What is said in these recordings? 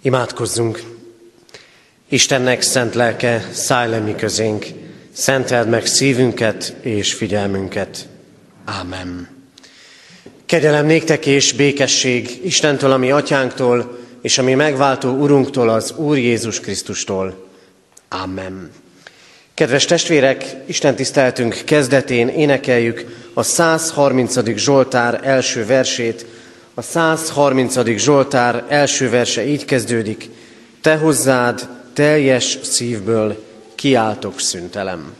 Imádkozzunk! Istennek szent lelke, szállj le mi közénk, szenteld meg szívünket és figyelmünket. Ámen. Kegyelem néktek és békesség Istentől, a mi atyánktól, és a mi megváltó Urunktól, az Úr Jézus Krisztustól. Ámen. Kedves testvérek, Isten tiszteletünk kezdetén énekeljük a 130. Zsoltár első versét. A 130. Zsoltár első verse így kezdődik: Te hozzád teljes szívből kiáltok szüntelem.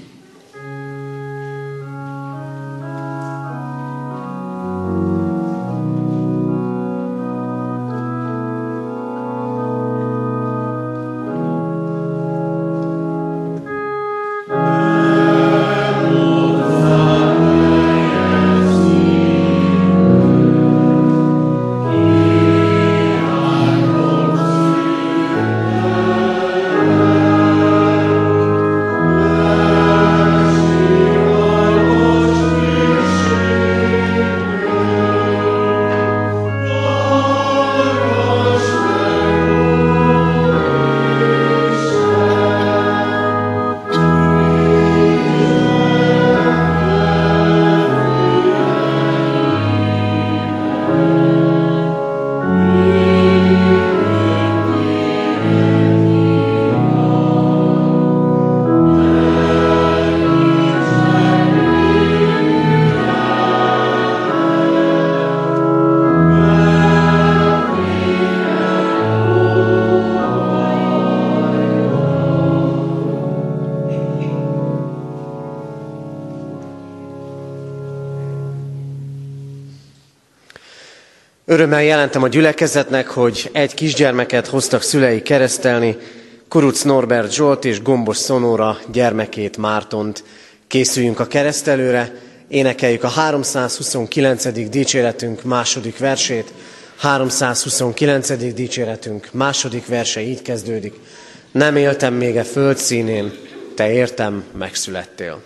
Örömmel jelentem a gyülekezetnek, hogy egy kisgyermeket hoztak szülei keresztelni, Kuruc Norbert Zsolt és Gombos Szonóra gyermekét, Mártont. Készüljünk a keresztelőre, énekeljük a 329. dicséretünk második versét. 329. dicséretünk második verse így kezdődik: Nem éltem még a föld színén, te értem megszülettél.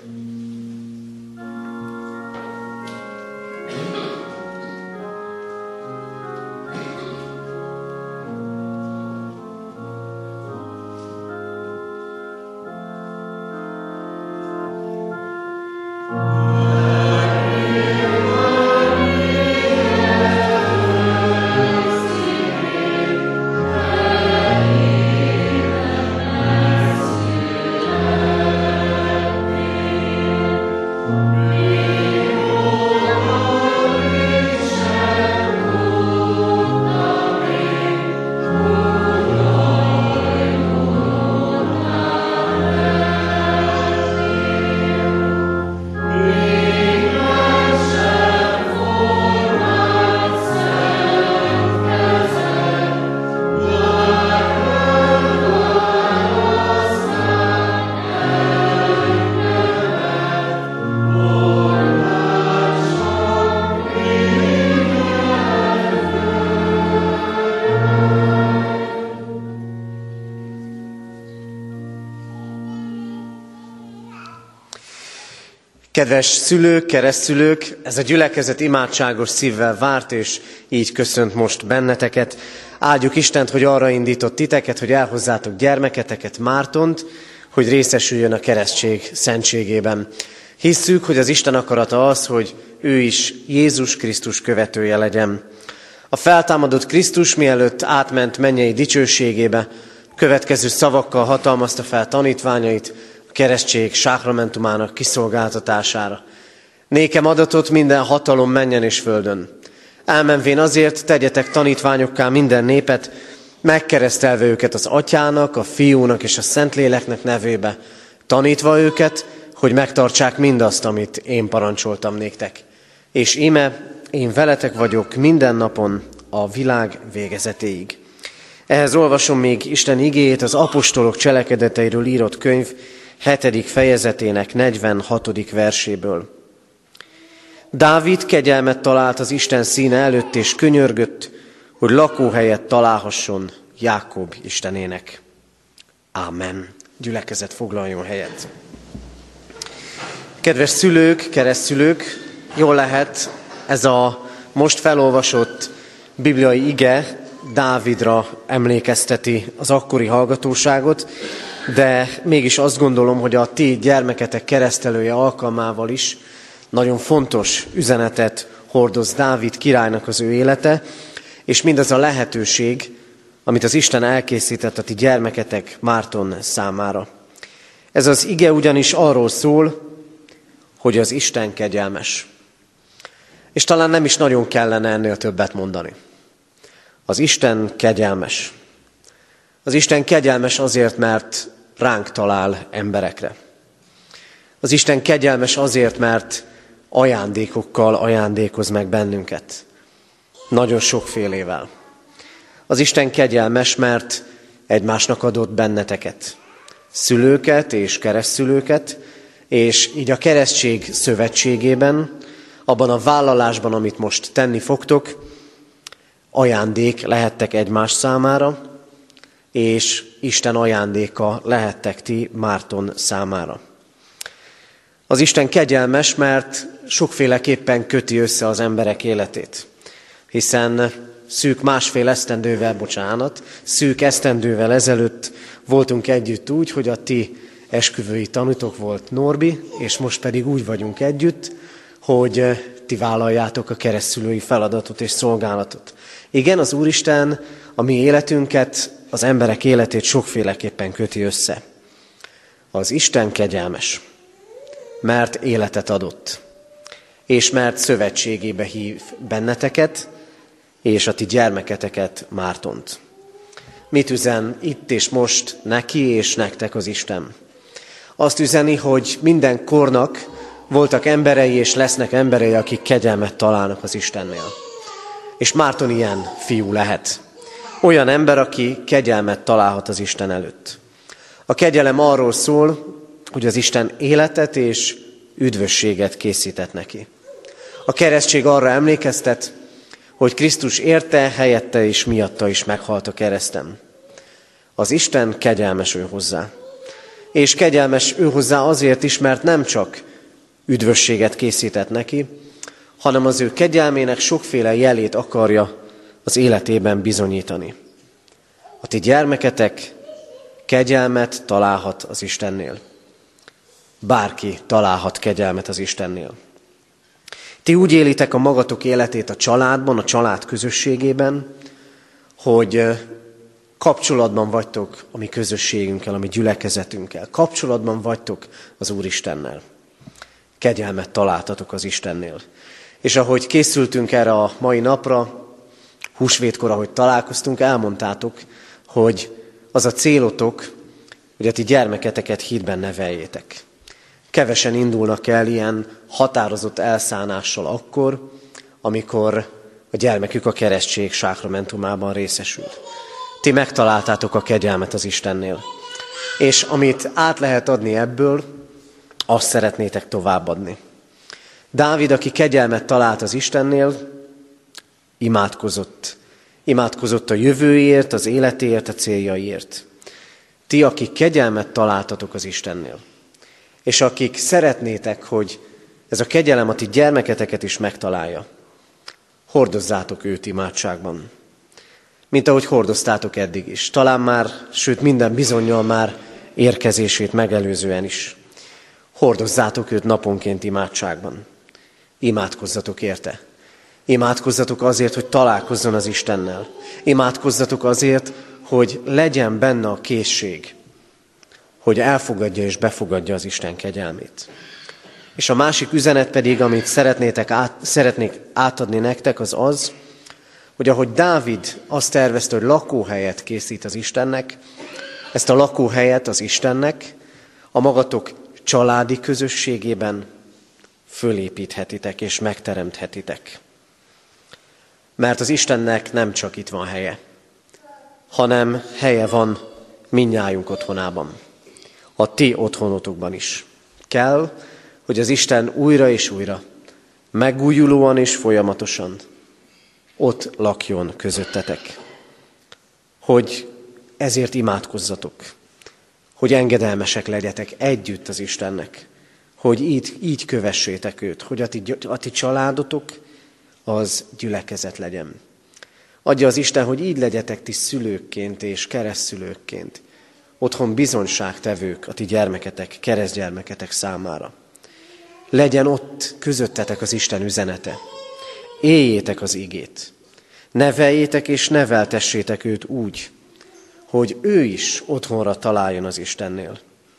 Kedves szülők, keresztszülők, ez a gyülekezet imádságos szívvel várt, és így köszönt most benneteket. Áldjuk Istent, hogy arra indított titeket, hogy elhozzátok gyermeketeket, Mártont, hogy részesüljön a keresztség szentségében. Hisszük, hogy az Isten akarata az, hogy ő is Jézus Krisztus követője legyen. A feltámadott Krisztus, mielőtt átment mennyei dicsőségébe, következő szavakkal hatalmazta fel tanítványait keresztség sákramentumának kiszolgáltatására. Nékem adatot minden hatalom mennyen és földön. Elmenvén azért tegyetek tanítványokká minden népet, megkeresztelve őket az Atyának, a Fiúnak és a Szentléleknek nevébe, tanítva őket, hogy megtartsák mindazt, amit én parancsoltam néktek. És íme, én veletek vagyok minden napon a világ végezetéig. Ehhez olvasom még Isten igéjét az apostolok cselekedeteiről írott könyv 7. fejezetének 46. verséből. Dávid kegyelmet talált az Isten színe előtt, és könyörgött, hogy lakóhelyet találhasson Jákob Istenének. Ámen. Gyülekezet foglaljon helyet. Kedves szülők, keresztszülők, jól lehet, ez a most felolvasott bibliai ige Dávidra emlékezteti az akkori hallgatóságot, de mégis azt gondolom, hogy a ti gyermeketek keresztelője alkalmával is nagyon fontos üzenetet hordoz Dávid királynak az ő élete, és mindaz a lehetőség, amit az Isten elkészített a ti gyermeketek Márton számára. Ez az ige ugyanis arról szól, hogy az Isten kegyelmes. És talán nem is nagyon kellene ennél többet mondani. Az Isten kegyelmes. Az Isten kegyelmes azért, mert ránk talál emberekre. Az Isten kegyelmes azért, mert ajándékokkal ajándékoz meg bennünket. Nagyon sokfélével. Az Isten kegyelmes, mert egymásnak adott benneteket. Szülőket és keresztszülőket, és így a keresztség szövetségében, abban a vállalásban, amit most tenni fogtok, ajándék lehettek egymás számára, és Isten ajándéka lehettek ti Márton számára. Az Isten kegyelmes, mert sokféleképpen köti össze az emberek életét, hiszen szűk esztendővel ezelőtt voltunk együtt úgy, hogy a ti esküvői tanutok volt Norbi, és most pedig úgy vagyunk együtt, hogy ti vállaljátok a keresztszülői feladatot és szolgálatot. Igen, az Úristen a mi életünket, az emberek életét sokféleképpen köti össze. Az Isten kegyelmes, mert életet adott, és mert szövetségébe hív benneteket, és a ti gyermeketeket, Mártont. Mit üzen itt és most neki és nektek az Isten? Azt üzeni, hogy minden kornak voltak emberei és lesznek emberei, akik kegyelmet találnak az Istennél. És Márton ilyen fiú lehet. Olyan ember, aki kegyelmet találhat az Isten előtt. A kegyelem arról szól, hogy az Isten életet és üdvösséget készített neki. A keresztség arra emlékeztet, hogy Krisztus érte, helyette és miatta is meghalt a kereszten. Az Isten kegyelmes ő hozzá. És kegyelmes ő hozzá azért is, mert nem csak üdvösséget készített neki, hanem az ő kegyelmének sokféle jelét akarja az életében bizonyítani. A ti gyermeketek kegyelmet találhat az Istennél. Bárki találhat kegyelmet az Istennél. Ti úgy élitek a magatok életét a családban, a család közösségében, hogy kapcsolatban vagytok a mi közösségünkkel, a mi gyülekezetünkkel. Kapcsolatban vagytok az Úristennel. Kegyelmet találtatok az Istennél. És ahogy készültünk erre a mai napra, húsvétkor, ahogy találkoztunk, elmondtátok, hogy az a célotok, hogy a ti gyermeketeket hitben neveljétek. Kevesen indulnak el ilyen határozott elszánással akkor, amikor a gyermekük a keresztség sákramentumában részesül. Ti megtaláltátok a kegyelmet az Istennél. És amit át lehet adni ebből, azt szeretnétek továbbadni. Dávid, aki kegyelmet talált az Istennél, imádkozott. Imádkozott a jövőért, az életéért, a céljaiért. Ti, akik kegyelmet találtatok az Istennél, és akik szeretnétek, hogy ez a kegyelem a ti gyermeketeket is megtalálja, hordozzátok őt imádságban. Mint ahogy hordoztátok eddig is. Talán már, sőt minden bizonnyal már érkezését megelőzően is. Hordozzátok őt naponként imádságban. Imádkozzatok érte. Imádkozzatok azért, hogy találkozzon az Istennel. Imádkozzatok azért, hogy legyen benne a készség, hogy elfogadja és befogadja az Isten kegyelmét. És a másik üzenet pedig, amit szeretnék átadni nektek, az az, hogy ahogy Dávid azt tervezte, hogy lakóhelyet készít az Istennek, ezt a lakóhelyet az Istennek a magatok családi közösségében fölépíthetitek és megteremthetitek. Mert az Istennek nem csak itt van helye, hanem helye van mindnyájunk otthonában. A ti otthonotokban is. Kell, hogy az Isten újra és újra, megújulóan és folyamatosan ott lakjon közöttetek. Hogy ezért imádkozzatok, hogy engedelmesek legyetek együtt az Istennek, hogy így kövessétek őt, hogy a ti családotok az gyülekezet legyen. Adja az Isten, hogy így legyetek ti szülőkként és keresztszülőkként, otthon bizonyságtevők a ti gyermeketek, keresztgyermeketek számára. Legyen ott közöttetek az Isten üzenete. Éljétek az igét. Neveljétek és neveltessétek őt úgy, hogy ő is otthonra találjon az Istennél.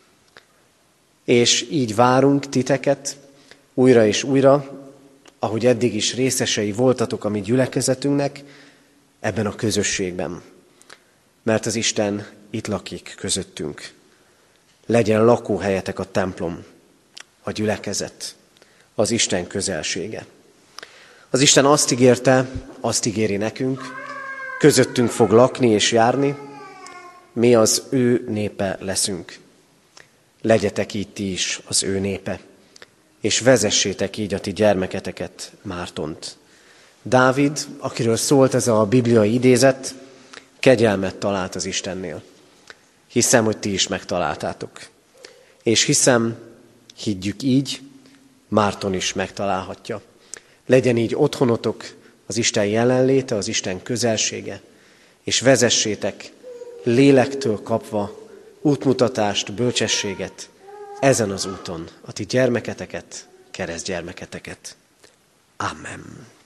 És így várunk titeket újra és újra, ahogy eddig is részesei voltatok a mi gyülekezetünknek, ebben a közösségben. Mert az Isten itt lakik közöttünk. Legyen lakóhelyetek a templom, a gyülekezet, az Isten közelsége. Az Isten azt ígérte, azt ígéri nekünk, közöttünk fog lakni és járni, mi az ő népe leszünk. Legyetek így ti is az ő népe, és vezessétek így a ti gyermeketeket Mártont. Dávid, akiről szólt ez a bibliai idézet, kegyelmet talált az Istennél. Hiszem, hogy ti is megtaláltátok. És hiszem, higgyük így, Márton is megtalálhatja. Legyen így otthonotok az Isten jelenléte, az Isten közelsége, és vezessétek lélektől kapva útmutatást, bölcsességet ezen az úton, a ti gyermeketeket, keresztgyermeketeket. Amen.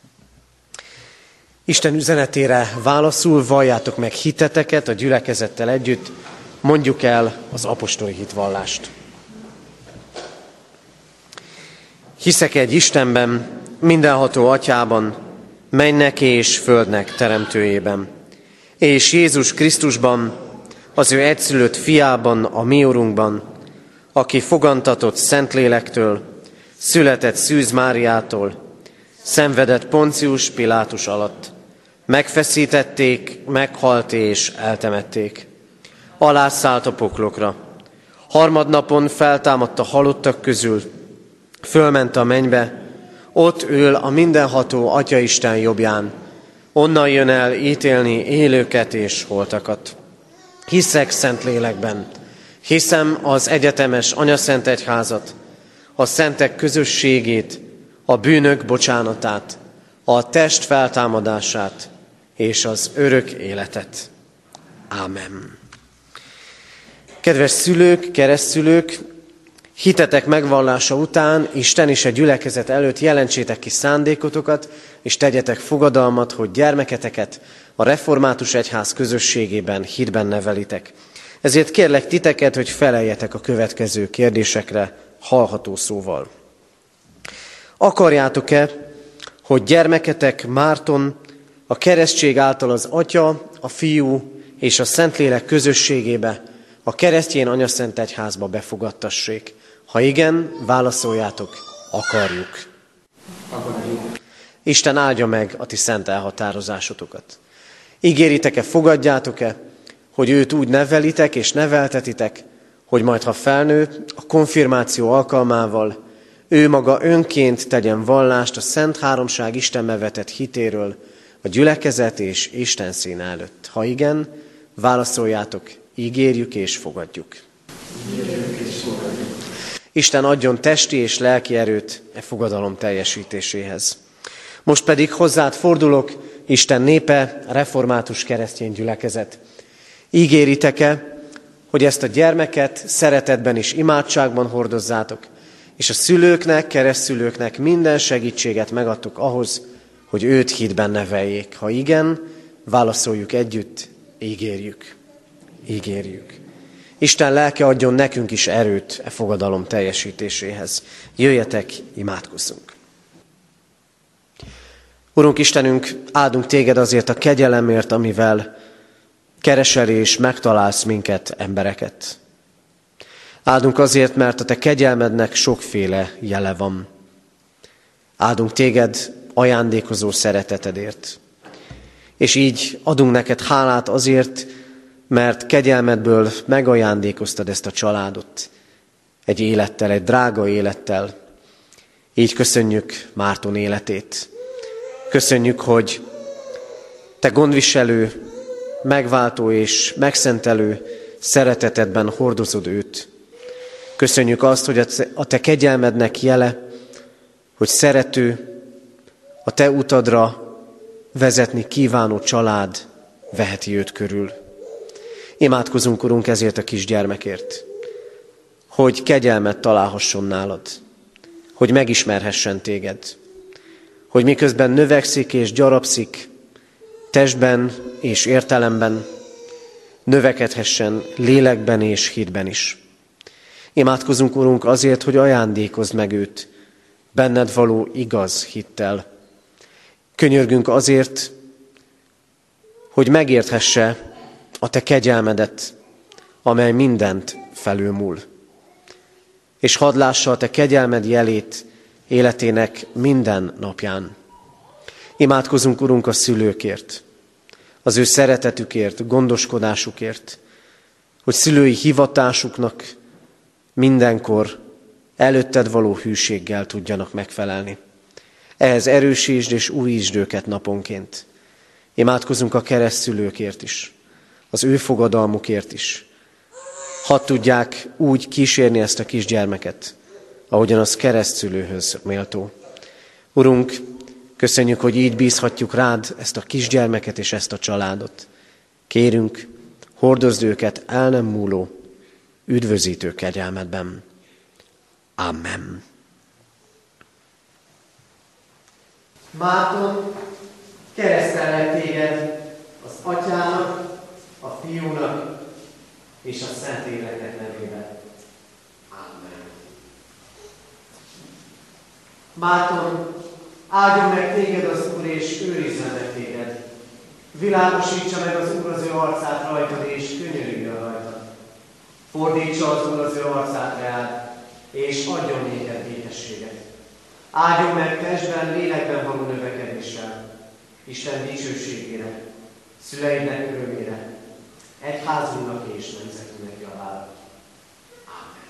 Isten üzenetére válaszul valljátok meg hiteteket a gyülekezettel együtt, mondjuk el az apostoli hitvallást. Hiszek egy Istenben, mindenható Atyában, mennek és földnek teremtőjében, és Jézus Krisztusban, az ő egyszülött fiában, a mi Urunkban, aki fogantatott Szentlélektől, született Szűz Máriától, szenvedett Poncius Pilátus alatt, megfeszítették, meghalt és eltemették. Alászállt a poklokra. Harmadnapon feltámadt a halottak közül, fölment a mennybe, ott ül a mindenható Atyaisten jobbján, onnan jön el ítélni élőket és holtakat. Hiszek Szentlélekben, hiszem az egyetemes Anyaszent Egyházat, a szentek közösségét, a bűnök bocsánatát, a test feltámadását és az örök életet. Ámen. Kedves szülők, keresztszülők, hitetek megvallása után Isten és a gyülekezet előtt jelentsétek ki szándékotokat, és tegyetek fogadalmat, hogy gyermeketeket a református egyház közösségében hitben nevelitek. Ezért kérlek titeket, hogy feleljetek a következő kérdésekre hallható szóval. Akarjátok-e, hogy gyermeketek Márton a keresztség által az Atya, a Fiú és a Szentlélek közösségébe, a keresztény Anyaszent Egyházba befogadtassék? Ha igen, válaszoljátok, akarjuk. Isten áldja meg a ti szent elhatározásotokat. Ígéritek-e, fogadjátok-e, hogy őt úgy nevelitek és neveltetitek, hogy majd, ha felnő, a konfirmáció alkalmával ő maga önként tegyen vallást a Szent Háromság Istenbe vetett hitéről a gyülekezet és Isten színe előtt? Ha igen, válaszoljátok, ígérjük és fogadjuk. Isten adjon testi és lelki erőt e fogadalom teljesítéséhez. Most pedig hozzád fordulok, Isten népe, református keresztény gyülekezet. Ígéritek-e, hogy ezt a gyermeket szeretetben és imádságban hordozzátok, és a szülőknek, keresztszülőknek minden segítséget megadtuk ahhoz, hogy őt hitben neveljék? Ha igen, válaszoljuk együtt, ígérjük. Ígérjük. Isten lelke adjon nekünk is erőt e fogadalom teljesítéséhez. Jöjjetek, imádkozzunk. Urunk Istenünk, áldunk téged azért a kegyelemért, amivel keresel és megtalálsz minket, embereket. Áldunk azért, mert a te kegyelmednek sokféle jele van. Áldunk téged ajándékozó szeretetedért. És így adunk neked hálát azért, mert kegyelmedből megajándékoztad ezt a családot egy élettel, egy drága élettel. Így köszönjük Márton életét. Köszönjük, hogy te gondviselő, megváltó és megszentelő szeretetedben hordozod őt. Köszönjük azt, hogy a te kegyelmednek jele, hogy szerető, a te utadra vezetni kívánó család veheti őt körül. Imádkozunk, Urunk, ezért a kisgyermekért, hogy kegyelmet találhasson nálad, hogy megismerhessen téged, hogy miközben növekszik és gyarapszik testben és értelemben, növekedhessen lélekben és hitben is. Imádkozunk, Urunk, azért, hogy ajándékozd meg őt benned való igaz hittel. Könyörgünk azért, hogy megérthesse a te kegyelmedet, amely mindent felülmúl. És hadd lássa a te kegyelmed jelét életének minden napján. Imádkozunk, Urunk, a szülőkért, az ő szeretetükért, gondoskodásukért, hogy szülői hivatásuknak mindenkor előtted való hűséggel tudjanak megfelelni. Ehhez erősítsd és újítsd őket naponként. Imádkozunk a keresztszülőkért is, az ő fogadalmukért is. Hadd tudják úgy kísérni ezt a kisgyermeket, ahogyan az keresztszülőhöz méltó. Urunk, köszönjük, hogy így bízhatjuk rád ezt a kisgyermeket és ezt a családot. Kérünk, hordozd őket el nem múló, üdvözítő kegyelmedben. Amen. Márton, keresztellek téged az Atyának, a Fiúnak és a Szentléleknek nevében. Amen. Márton, áldjon meg téged az Úr, és őrizzen meg téged. Világosítsa meg az Úr az ő arcát rajtad, és könyörüljön rajtad. Fordítsa az Úr az ő arcát reád, és adjon néked békességet. Áldjon meg testben, lélekben való növekedéssel, Isten dicsőségére, szüleidnek örömére, egyházunknak és nemzetünknek javára. Amen.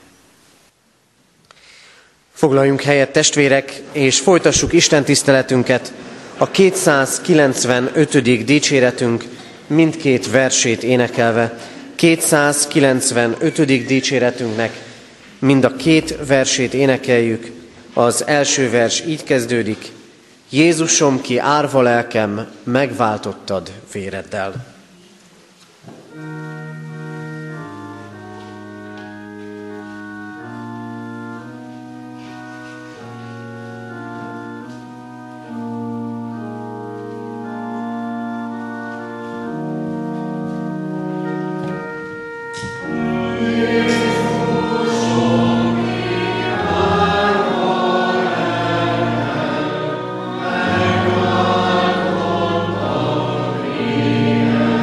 Foglaljunk helyet, testvérek, és folytassuk Isten tiszteletünket. A 295. dicséretünk mindkét versét énekelve, 295. dicséretünknek mind a két versét énekeljük. Az első vers így kezdődik: Jézusom, ki árva lelkem, megváltottad véreddel. Yeah.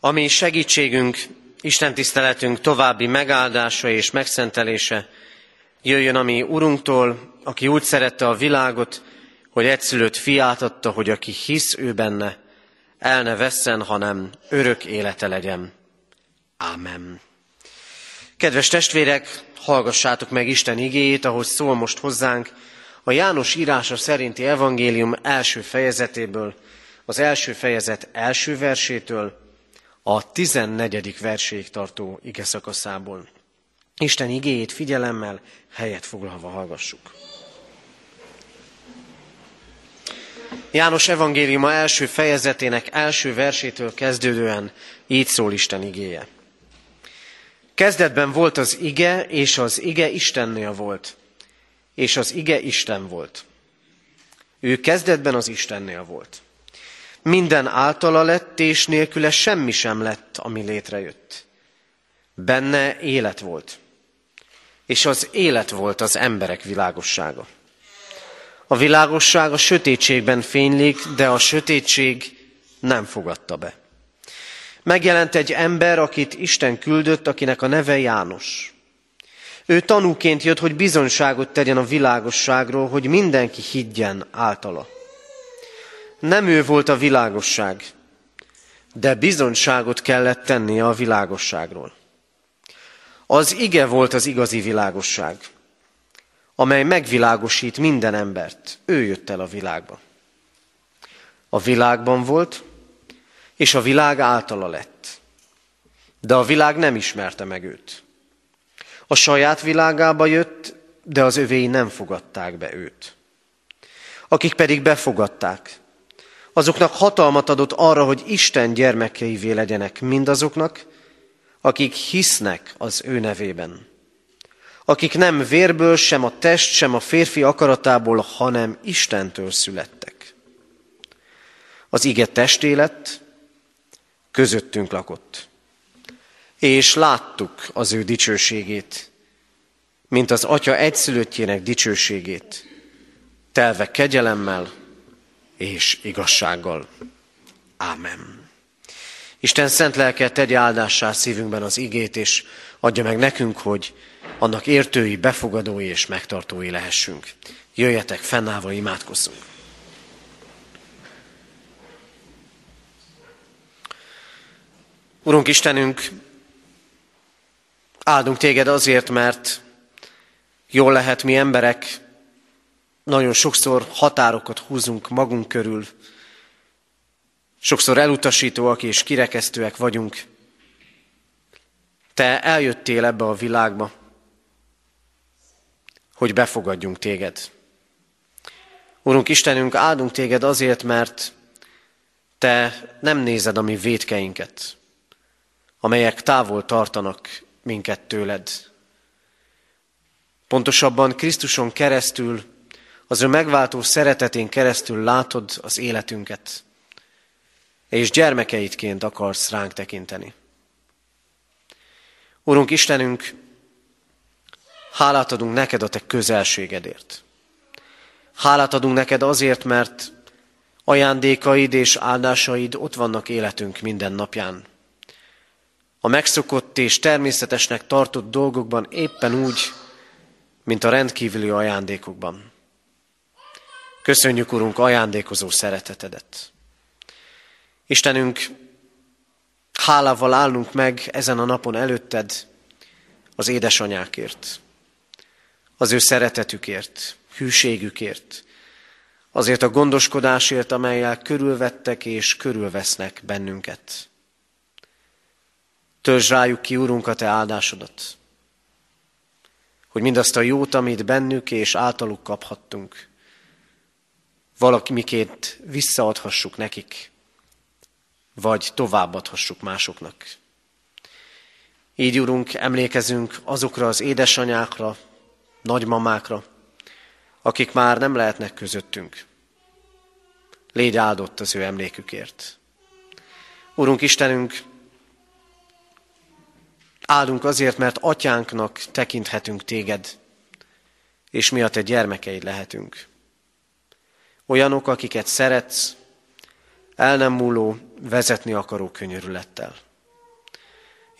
Ami segítségünk, Isten tiszteletünk további megáldása és megszentelése jöjjön a mi Urunktól, aki úgy szerette a világot, hogy egyszülött fiát adta, hogy aki hisz ő benne, el ne vesszen, hanem örök élete legyen. Ámen. Kedves testvérek, hallgassátok meg Isten igéjét, ahogy szól most hozzánk a János írása szerinti evangélium első fejezetéből, az első fejezet első versétől a 14. verséig tartó igeszakaszából. Isten igéjét figyelemmel, helyet foglalva hallgassuk. János evangéliuma első fejezetének első versétől kezdődően így szól Isten igéje. Kezdetben volt az ige, és az ige Istennél volt, és az ige Isten volt. Ő kezdetben az Istennél volt. Minden általa lett, és nélküle semmi sem lett, ami létrejött. Benne élet volt, és az élet volt az emberek világossága. A világosság a sötétségben fénylik, de a sötétség nem fogadta be. Megjelent egy ember, akit Isten küldött, akinek a neve János. Ő tanúként jött, hogy bizonyságot tegyen a világosságról, hogy mindenki higgyen általa. Nem ő volt a világosság, de bizonyságot kellett tennie a világosságról. Az ige volt az igazi világosság, amely megvilágosít minden embert. Ő jött el a világba. A világban volt, és a világ általa lett. De a világ nem ismerte meg őt. A saját világába jött, de az övéi nem fogadták be őt. Akik pedig befogadták, azoknak hatalmat adott arra, hogy Isten gyermekeivé legyenek mindazoknak, akik hisznek az ő nevében. Akik nem vérből, sem a test, sem a férfi akaratából, hanem Istentől születtek. Az ige testé lett, közöttünk lakott. És láttuk az ő dicsőségét, mint az Atya egyszülöttjének dicsőségét, telve kegyelemmel és igazsággal. Ámen. Isten szent lelke tegye áldássá szívünkben az igét, és adja meg nekünk, hogy annak értői, befogadói és megtartói lehessünk. Jöjjetek, fennállva imádkozzunk. Urunk Istenünk, áldunk téged azért, mert jól lehet mi emberek nagyon sokszor határokat húzunk magunk körül, sokszor elutasítóak és kirekesztőek vagyunk. Te eljöttél ebbe a világba, hogy befogadjunk téged. Urunk Istenünk, áldunk téged azért, mert te nem nézed a mi vétkeinket, amelyek távol tartanak minket tőled. Pontosabban Krisztuson keresztül, az ő megváltó szeretetén keresztül látod az életünket, és gyermekeidként akarsz ránk tekinteni. Urunk Istenünk, hálát adunk neked a te közelségedért. Hálát adunk neked azért, mert ajándékaid és áldásaid ott vannak életünk minden napján. A megszokott és természetesnek tartott dolgokban éppen úgy, mint a rendkívüli ajándékokban. Köszönjük, Urunk, ajándékozó szeretetedet. Istenünk, hálával állunk meg ezen a napon előtted az édesanyákért, az ő szeretetükért, hűségükért, azért a gondoskodásért, amellyel körülvettek és körülvesznek bennünket. Töltsd rájuk ki, Urunk, a te áldásodat, hogy mindazt a jót, amit bennük és általuk kaphattunk, valamiként visszaadhassuk nekik, vagy továbbadhassuk másoknak. Így, Urunk, emlékezünk azokra az édesanyákra, nagymamákra, akik már nem lehetnek közöttünk. Légy áldott az ő emlékükért. Urunk Istenünk, áldunk azért, mert atyánknak tekinthetünk téged, és mi a te gyermekeid lehetünk. Olyanok, akiket szeretsz, el nem múló, vezetni akaró könyörülettel.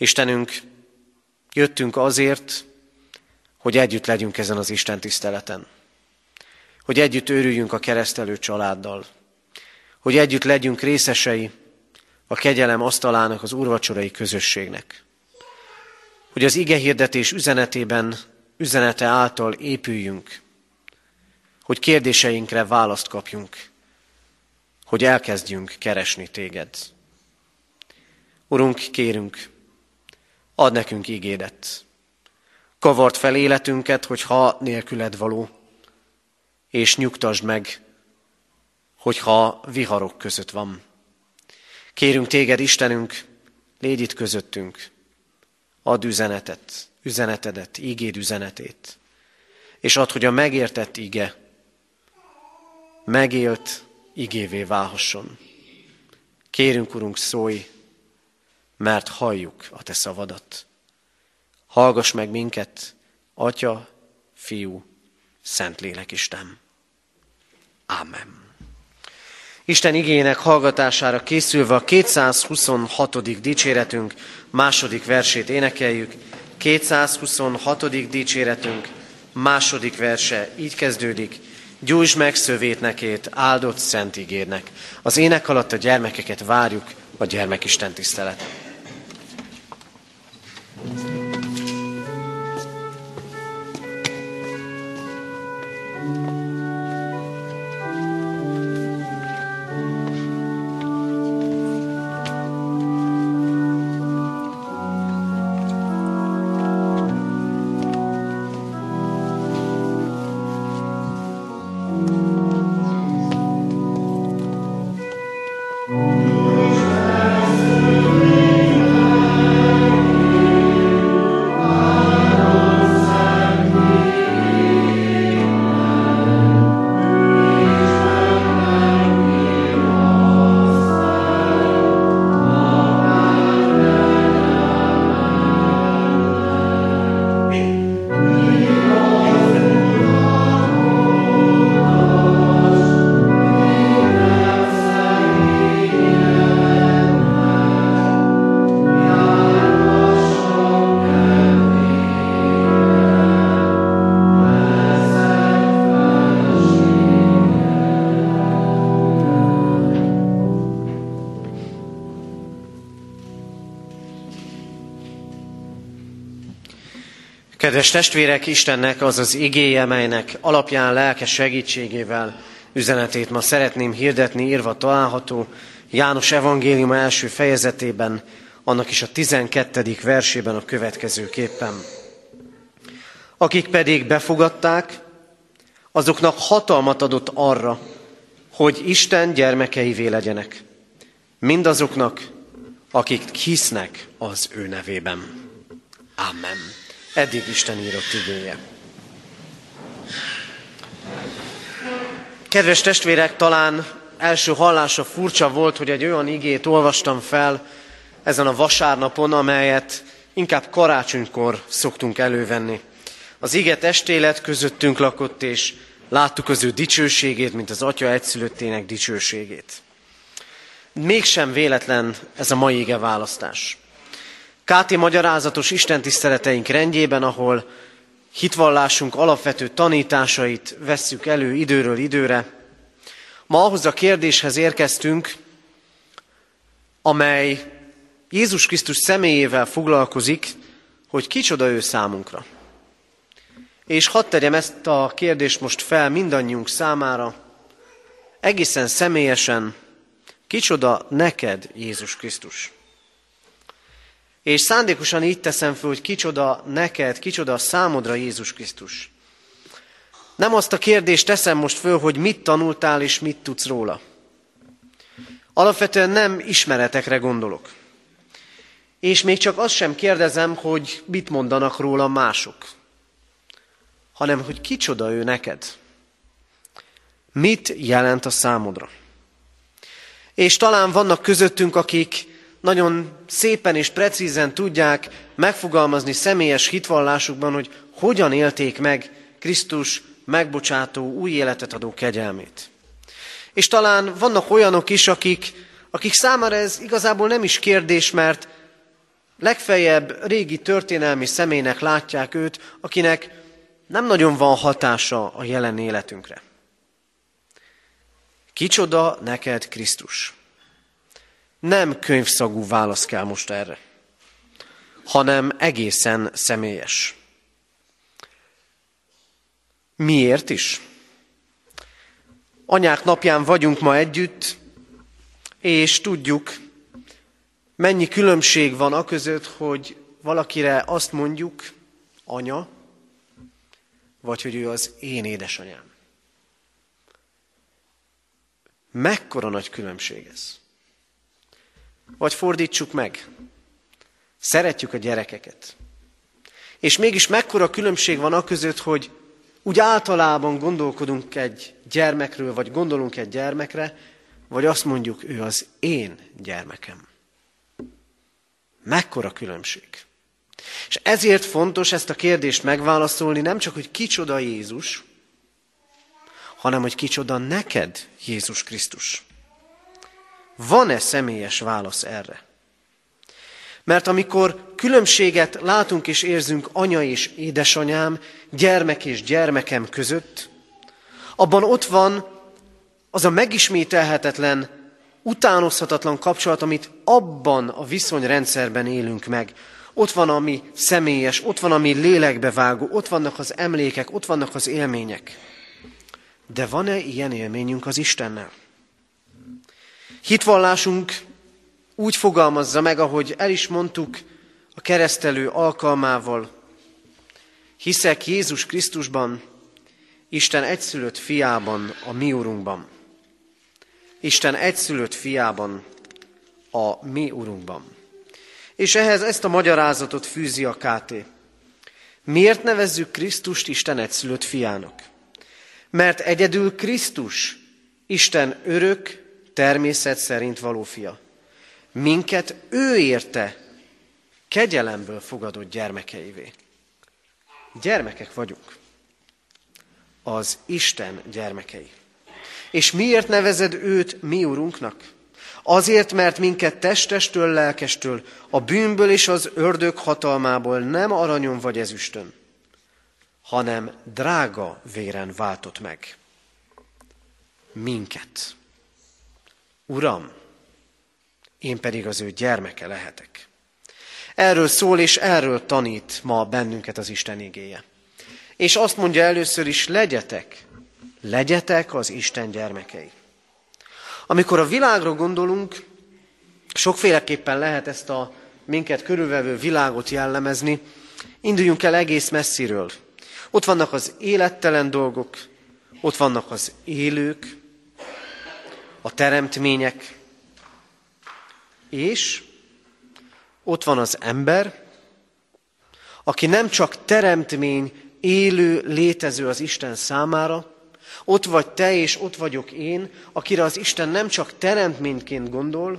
Istenünk, jöttünk azért, hogy együtt legyünk ezen az Isten tiszteleten. Hogy együtt őrüljünk a keresztelő családdal. Hogy együtt legyünk részesei a kegyelem asztalának, az úrvacsorai közösségnek. Hogy az igehirdetés üzenete által épüljünk. Hogy kérdéseinkre választ kapjunk. Hogy elkezdjünk keresni téged. Urunk, kérünk, add nekünk ígédet. Kavard fel életünket, hogyha nélküled való, és nyugtasd meg, hogyha viharok között van. Kérünk téged, Istenünk, légy itt közöttünk, add üzenetedet, ígéd üzenetét, és add, hogy a megértett ige megélt igévé válhasson. Kérünk, Urunk, szólj, mert halljuk a te szavadat. Hallgass meg minket, Atya, Fiú, Szentlélek Isten. Ámen. Isten igének hallgatására készülve a 226. dicséretünk második versét énekeljük. 226. dicséretünk második verse így kezdődik. Gyújtsd meg szövétnekét, áldott szent igédnek. Az ének alatt a gyermekeket várjuk a gyermekisten tiszteleten. Kedves testvérek, Istennek az az igéje, melynek alapján lelke segítségével üzenetét ma szeretném hirdetni, írva található János evangéliuma első fejezetében, annak is a 12. versében a következőképpen. Akik pedig befogadták, azoknak hatalmat adott arra, hogy Isten gyermekeivé legyenek. Mindazoknak, akik hisznek az ő nevében. Amen. Eddig Isten írott igéje. Kedves testvérek, talán első hallásra furcsa volt, hogy egy olyan igét olvastam fel ezen a vasárnapon, amelyet inkább karácsonykor szoktunk elővenni. Az ige testélet közöttünk lakott, és láttuk az ő dicsőségét, mint az Atya egyszülöttének dicsőségét. Mégsem véletlen ez a mai ige választás. KT magyarázatos istentiszteleteink rendjében, ahol hitvallásunk alapvető tanításait vesszük elő időről időre, ma ahhoz a kérdéshez érkeztünk, amely Jézus Krisztus személyével foglalkozik, hogy kicsoda ő számunkra. És hadd tegyem ezt a kérdést most fel mindannyiunk számára, egészen személyesen, kicsoda neked Jézus Krisztus? És szándékosan így teszem fel, hogy kicsoda neked, kicsoda számodra Jézus Krisztus. Nem azt a kérdést teszem most föl, hogy mit tanultál és mit tudsz róla. Alapvetően nem ismeretekre gondolok. És még csak azt sem kérdezem, hogy mit mondanak róla mások, hanem hogy kicsoda ő neked. Mit jelent a számodra? És talán vannak közöttünk, akik nagyon szépen és precízen tudják megfogalmazni személyes hitvallásukban, hogy hogyan élték meg Krisztus megbocsátó, új életet adó kegyelmét. És talán vannak olyanok is, akik számára ez igazából nem is kérdés, mert Legfeljebb régi történelmi személynek látják őt, akinek nem nagyon van hatása a jelen életünkre. Kicsoda neked Krisztus? Nem könyvszagú válasz kell most erre, hanem egészen személyes. Miért is? Anyák napján vagyunk ma együtt, és tudjuk, mennyi különbség van aközött, hogy valakire azt mondjuk, anya, vagy hogy ő az én édesanyám. Mekkora nagy különbség ez? Vagy fordítsuk meg. Szeretjük a gyerekeket. És mégis mekkora különbség van aközött, hogy úgy általában gondolkodunk egy gyermekről, vagy gondolunk egy gyermekre, vagy azt mondjuk, ő az én gyermekem. Mekkora különbség. És ezért fontos ezt a kérdést megválaszolni, nem csak, hogy kicsoda Jézus, hanem, hogy kicsoda neked Jézus Krisztus. Van-e személyes válasz erre? Mert amikor különbséget látunk és érzünk anya és édesanyám, gyermek és gyermekem között, abban ott van az a megismételhetetlen, utánozhatatlan kapcsolat, amit abban a viszonyrendszerben élünk meg. Ott van, ami személyes, ott van, ami lélekbevágó, ott vannak az emlékek, ott vannak az élmények. De van-e ilyen élményünk az Istennel? Hitvallásunk úgy fogalmazza meg, ahogy el is mondtuk a keresztelő alkalmával. Hiszek Jézus Krisztusban, Isten egyszülött fiában, a mi Urunkban. Isten egyszülött fiában, a mi Urunkban. És ehhez ezt a magyarázatot fűzi a KT. Miért nevezzük Krisztust Isten egyszülött fiának? Mert egyedül Krisztus Isten örök, természet szerint való fia. Minket ő érte kegyelemből fogadott gyermekeivé. Gyermekek vagyunk. Az Isten gyermekei. És miért nevezed őt mi Urunknak? Azért, mert minket testestől, lelkestől, a bűnből és az ördög hatalmából nem aranyon vagy ezüstön, hanem drága véren váltott meg. Minket. Uram, én pedig az ő gyermeke lehetek. Erről szól és erről tanít ma bennünket az Isten igéje. És azt mondja először is, legyetek az Isten gyermekei. Amikor a világra gondolunk, sokféleképpen lehet ezt a minket körülvevő világot jellemezni, induljunk el egész messziről. Ott vannak az élettelen dolgok, ott vannak az élők, a teremtmények, és ott van az ember, aki nem csak teremtmény, élő, létező az Isten számára, ott vagy te és ott vagyok én, akire az Isten nem csak teremtményként gondol,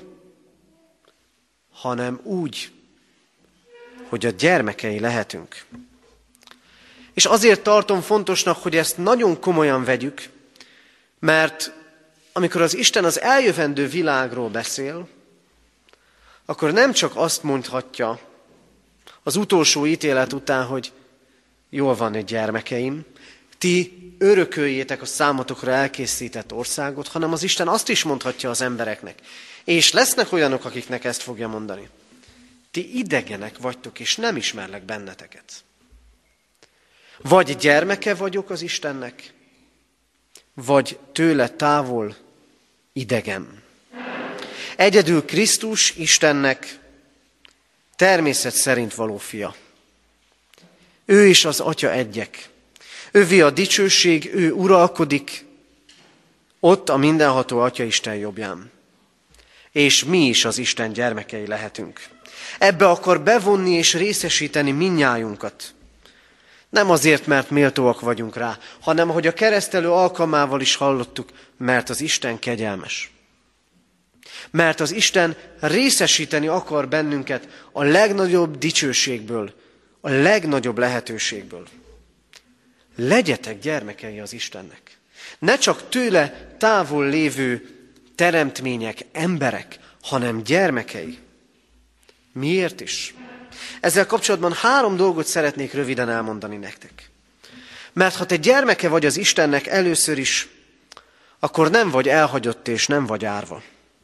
hanem úgy, hogy a gyermekei lehetünk. És azért tartom fontosnak, hogy ezt nagyon komolyan vegyük, mert amikor az Isten az eljövendő világról beszél, akkor nem csak azt mondhatja az utolsó ítélet után, hogy jól van, egy gyermekeim, ti örököljétek a számotokra elkészített országot, hanem az Isten azt is mondhatja az embereknek. És lesznek olyanok, akiknek ezt fogja mondani. Ti idegenek vagytok, és nem ismerlek benneteket. Vagy gyermeke vagyok az Istennek, vagy tőle távol idegen. Egyedül Krisztus Istennek természet szerint való fia. Ő is az Atya egyek. Ővé a dicsőség, ő uralkodik ott a mindenható Atya Isten jobbján. És mi is az Isten gyermekei lehetünk. Ebbe akar bevonni és részesíteni mindnyájunkat. Nem azért, mert méltóak vagyunk rá, hanem, ahogy a keresztelő alkalmával is hallottuk, mert az Isten kegyelmes. Mert az Isten részesíteni akar bennünket a legnagyobb dicsőségből, a legnagyobb lehetőségből. Legyetek gyermekei az Istennek. Ne csak tőle távol lévő teremtmények, emberek, hanem gyermekei. Miért is? Ezzel kapcsolatban 3 dolgot szeretnék röviden elmondani nektek. Mert ha te gyermeke vagy az Istennek először is, akkor nem vagy elhagyott és nem vagy árva.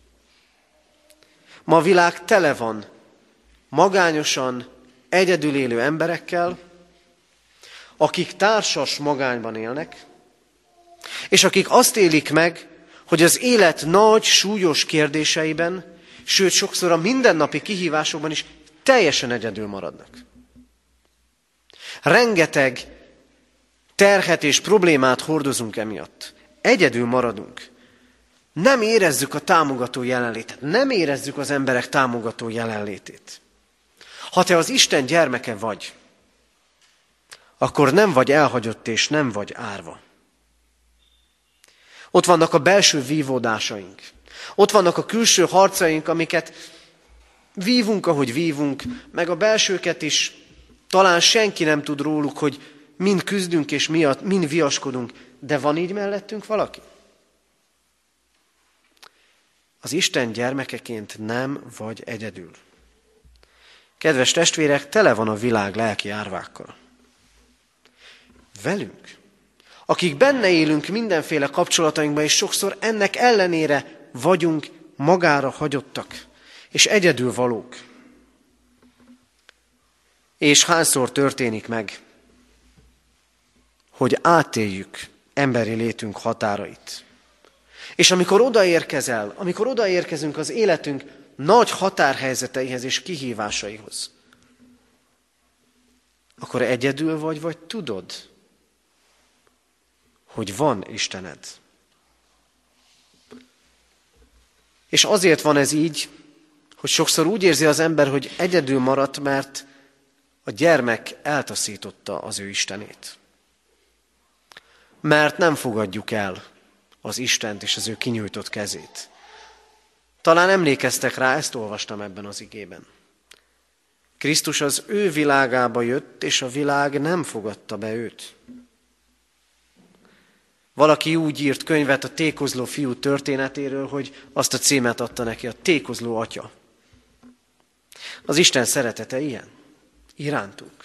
Ma a világ tele van magányosan, egyedül élő emberekkel, akik társas magányban élnek, és akik azt élik meg, hogy az élet nagy, súlyos kérdéseiben, sőt sokszor a mindennapi kihívásokban is teljesen egyedül maradnak. Rengeteg terhet és problémát hordozunk emiatt. Egyedül maradunk. Nem érezzük a támogató jelenlétet. Nem érezzük az emberek támogató jelenlétét. Ha te az Isten gyermeke vagy, akkor nem vagy elhagyott és nem vagy árva. Ott vannak a belső vívódásaink. Ott vannak a külső harcaink, amiket vívunk, ahogy vívunk, meg a belsőket is. Talán senki nem tud róluk, hogy mind küzdünk és mind viaskodunk, de van így mellettünk valaki? Az Isten gyermekeként nem vagy egyedül. Kedves testvérek, tele van a világ lelki árvákkal. Velünk, akik benne élünk mindenféle kapcsolatainkban, és sokszor ennek ellenére vagyunk magára hagyottak, és egyedül valók. És hányszor történik meg, hogy átéljük emberi létünk határait. És amikor odaérkezünk az életünk nagy határhelyzeteihez és kihívásaihoz, akkor egyedül vagy tudod, hogy van Istened. És azért van ez így, hogy sokszor úgy érzi az ember, hogy egyedül maradt, mert a gyermek eltaszította az ő Istenét. Mert nem fogadjuk el az Istent és az ő kinyújtott kezét. Talán emlékeztek rá, ezt olvastam ebben az igében. Krisztus az ő világába jött, és a világ nem fogadta be őt. Valaki úgy írt könyvet a tékozló fiú történetéről, hogy azt a címet adta neki, a tékozló atya. Az Isten szeretete ilyen, irántunk.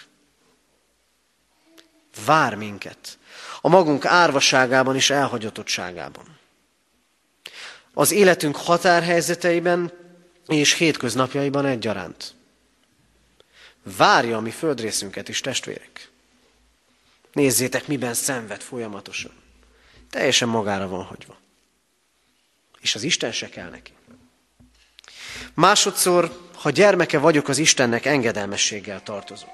Vár minket, a magunk árvaságában és elhagyatottságában. Az életünk határhelyzeteiben és hétköznapjaiban egyaránt. Várja a mi földrészünket is, testvérek. Nézzétek, miben szenved folyamatosan. Teljesen magára van hagyva. És az Isten se kell neki. Másodszor, ha gyermeke vagyok az Istennek, engedelmességgel tartozok.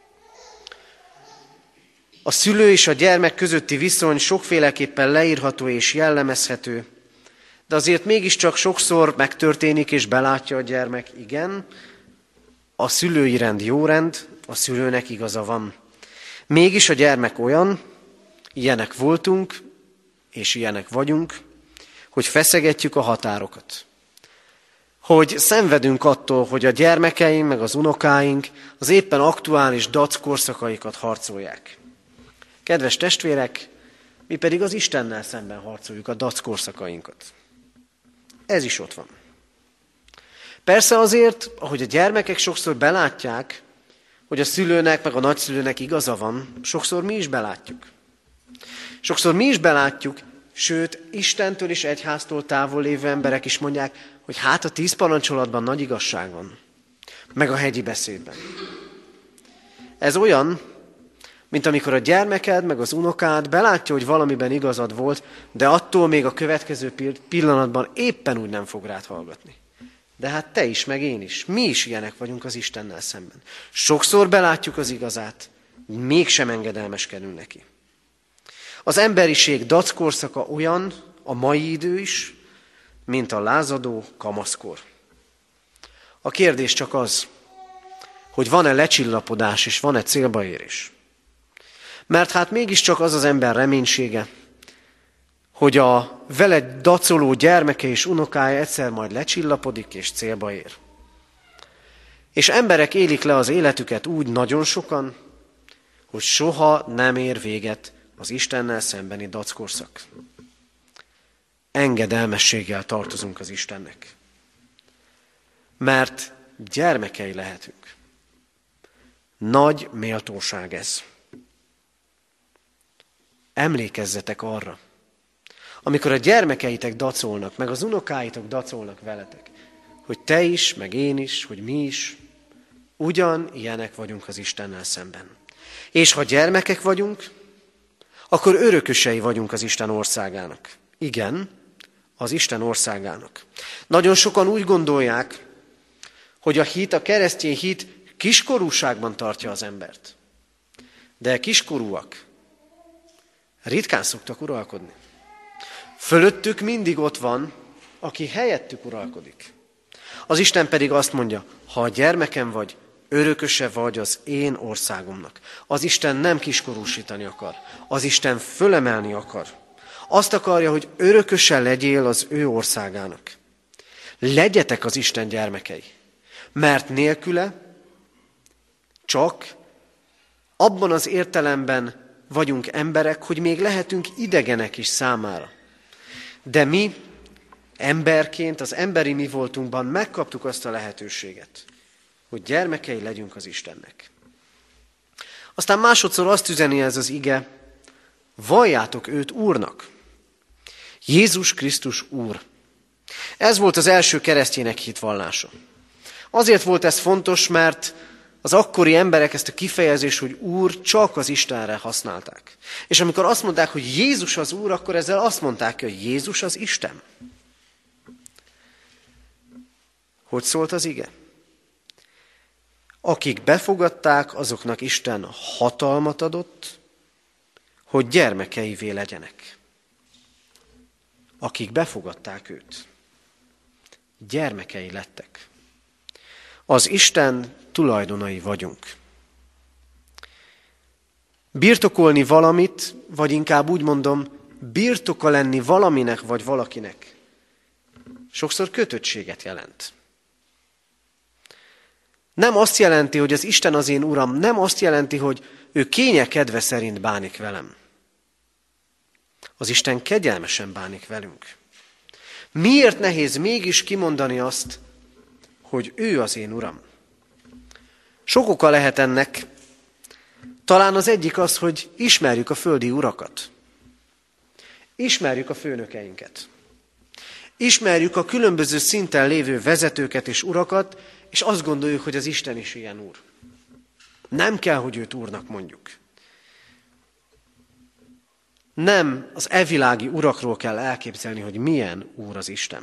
A szülő és a gyermek közötti viszony sokféleképpen leírható és jellemezhető, de azért mégiscsak sokszor megtörténik és belátja a gyermek, igen, a szülői rend jó rend, a szülőnek igaza van. Mégis a gyermek olyan, ilyenek voltunk, és ilyenek vagyunk, hogy feszegetjük a határokat. Hogy szenvedünk attól, hogy a gyermekeink meg az unokáink az éppen aktuális dac korszakaikat harcolják. Kedves testvérek, mi pedig az Istennel szemben harcoljuk a dac korszakainkat. Ez is ott van. Persze azért, ahogy a gyermekek sokszor belátják, hogy a szülőnek meg a nagyszülőnek igaza van, sokszor mi is belátjuk. Sokszor mi is belátjuk, sőt, Istentől és egyháztól távol lévő emberek is mondják, hogy hát a 10 parancsolatban nagy igazság van, meg a hegyi beszédben. Ez olyan, mint amikor a gyermeked, meg az unokád belátja, hogy valamiben igazad volt, de attól még a következő pillanatban éppen úgy nem fog rád hallgatni. De hát te is, meg én is, mi is ilyenek vagyunk az Istennel szemben. Sokszor belátjuk az igazát, mégsem engedelmeskedünk neki. Az emberiség dac korszaka olyan, a mai idő is, mint a lázadó kamaszkor. A kérdés csak az, hogy van-e lecsillapodás és van-e célbaérés. Mert hát mégiscsak az az ember reménysége, hogy a vele dacoló gyermeke és unokája egyszer majd lecsillapodik és célba ér. És emberek élik le az életüket úgy nagyon sokan, hogy soha nem ér véget az Istennel szembeni dackorszak. Engedelmességgel tartozunk az Istennek. Mert gyermekei lehetünk. Nagy méltóság ez. Emlékezzetek arra, amikor a gyermekeitek dacolnak, meg az unokáitok dacolnak veletek, hogy te is, meg én is, hogy mi is, ugyan ilyenek vagyunk az Istennel szemben. És ha gyermekek vagyunk, akkor örökösei vagyunk az Isten országának. Igen, az Isten országának. Nagyon sokan úgy gondolják, hogy a hit, a keresztény hit kiskorúságban tartja az embert. De kiskorúak ritkán szoktak uralkodni. Fölöttük mindig ott van, aki helyettük uralkodik. Az Isten pedig azt mondja, ha a gyermekem vagy, örököse vagy az én országomnak. Az Isten nem kiskorúsítani akar. Az Isten fölemelni akar. Azt akarja, hogy örököse legyél az ő országának. Legyetek az Isten gyermekei, mert nélküle csak abban az értelemben vagyunk emberek, hogy még lehetünk idegenek is számára. De mi emberként, az emberi mi voltunkban megkaptuk azt a lehetőséget, hogy gyermekei legyünk az Istennek. Aztán másodszor azt üzeni ez az ige, valljátok őt Úrnak. Jézus Krisztus Úr. Ez volt az első keresztjének hitvallása. Azért volt ez fontos, mert az akkori emberek ezt a kifejezést, hogy Úr, csak az Istenre használták. És amikor azt mondták, hogy Jézus az Úr, akkor ezzel azt mondták, hogy Jézus az Isten. Hogy szólt az ige? Akik befogadták, azoknak Isten hatalmat adott, hogy gyermekeivé legyenek. Akik befogadták őt, gyermekei lettek. Az Isten tulajdonai vagyunk. Birtokolni valamit, vagy inkább úgy mondom, birtoka lenni valaminek vagy valakinek, sokszor kötöttséget jelent. Nem azt jelenti, hogy az Isten az én Uram, nem azt jelenti, hogy ő kénye kedve szerint bánik velem. Az Isten kegyelmesen bánik velünk. Miért nehéz mégis kimondani azt, hogy ő az én Uram? Sok oka lehet ennek. Talán az egyik az, hogy ismerjük a földi urakat. Ismerjük a főnökeinket. Ismerjük a különböző szinten lévő vezetőket és urakat, és azt gondoljuk, hogy az Isten is ilyen úr. Nem kell, hogy őt úrnak mondjuk. Nem az evilági urakról kell elképzelni, hogy milyen úr az Isten.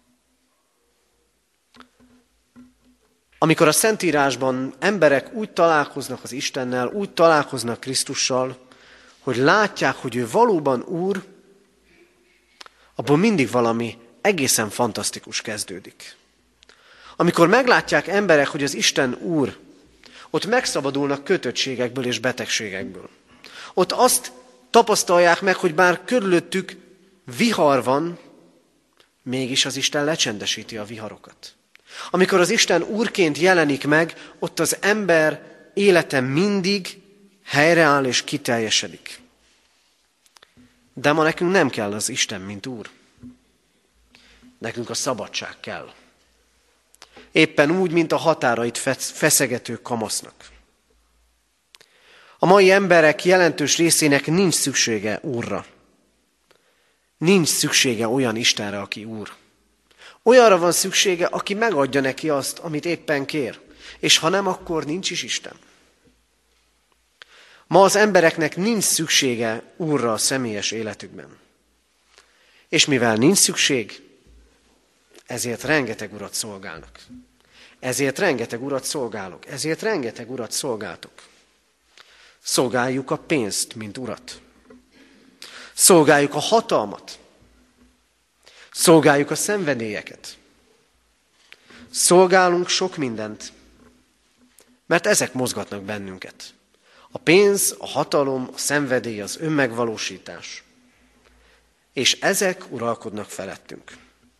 Amikor a Szentírásban emberek úgy találkoznak az Istennel, úgy találkoznak Krisztussal, hogy látják, hogy ő valóban úr, abból mindig valami egészen fantasztikus kezdődik. Amikor meglátják emberek, hogy az Isten úr, ott megszabadulnak kötöttségekből és betegségekből. Ott azt tapasztalják meg, hogy bár körülöttük vihar van, mégis az Isten lecsendesíti a viharokat. Amikor az Isten úrként jelenik meg, ott az ember élete mindig helyreáll és kiteljesedik. De ma nekünk nem kell az Isten, mint úr. Nekünk a szabadság kell. Éppen úgy, mint a határait feszegető kamasznak. A mai emberek jelentős részének nincs szüksége úrra. Nincs szüksége olyan Istenre, aki úr. Olyanra van szüksége, aki megadja neki azt, amit éppen kér. És ha nem, akkor nincs is Isten. Ma az embereknek nincs szüksége úrra a személyes életükben. És mivel nincs szükség, ezért rengeteg urat szolgálnak. Ezért rengeteg urat szolgálok. Ezért rengeteg urat szolgáltok. Szolgáljuk a pénzt, mint urat. Szolgáljuk a hatalmat. Szolgáljuk a szenvedélyeket. Szolgálunk sok mindent, mert ezek mozgatnak bennünket. A pénz, a hatalom, a szenvedély, az önmegvalósítás. És ezek uralkodnak felettünk.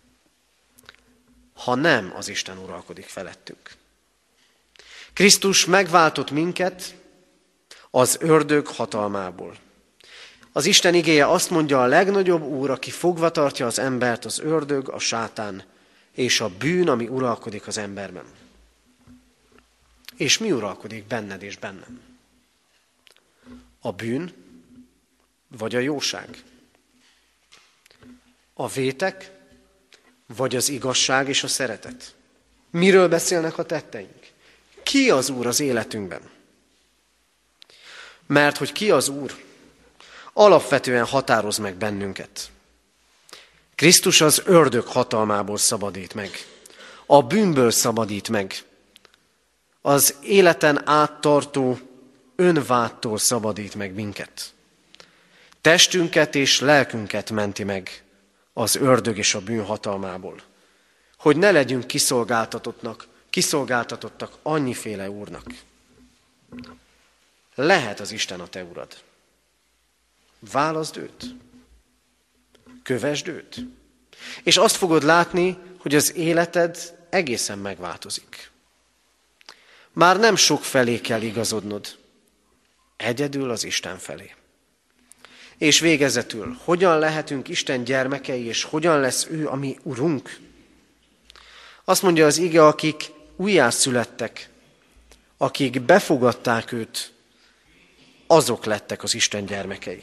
Ha nem, az Isten uralkodik felettünk. Krisztus megváltott minket az ördög hatalmából. Az Isten igéje azt mondja, a legnagyobb úr, aki fogva tartja az embert, az ördög, a sátán és a bűn, ami uralkodik az emberben. És mi uralkodik benned és bennem? A bűn vagy a jóság? A vétek vagy az igazság és a szeretet? Miről beszélnek a tetteink? Ki az Úr az életünkben? Mert hogy ki az Úr, alapvetően határoz meg bennünket. Krisztus az ördög hatalmából szabadít meg. A bűnből szabadít meg. Az életen áttartó önvádtól szabadít meg minket. Testünket és lelkünket menti meg az ördög és a bűn hatalmából. Hogy ne legyünk kiszolgáltatottak annyiféle úrnak. Lehet az Isten a te urad. Válaszd őt. Kövesd őt. És azt fogod látni, hogy az életed egészen megváltozik. Már nem sok felé kell igazodnod, egyedül az Isten felé. És végezetül, hogyan lehetünk Isten gyermekei, és hogyan lesz ő a mi Urunk? Azt mondja az ige, akik újjászülettek, akik befogadták őt, azok lettek az Isten gyermekei.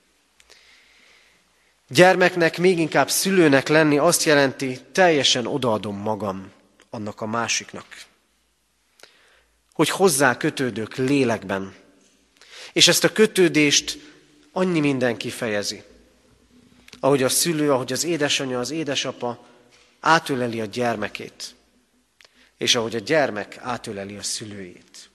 Gyermeknek, még inkább szülőnek lenni azt jelenti, teljesen odaadom magam annak a másiknak. Hogy hozzá kötődök lélekben. És ezt a kötődést annyi minden kifejezi. Ahogy a szülő, ahogy az édesanyja, az édesapa átöleli a gyermekét. És ahogy a gyermek átöleli a szülőjét.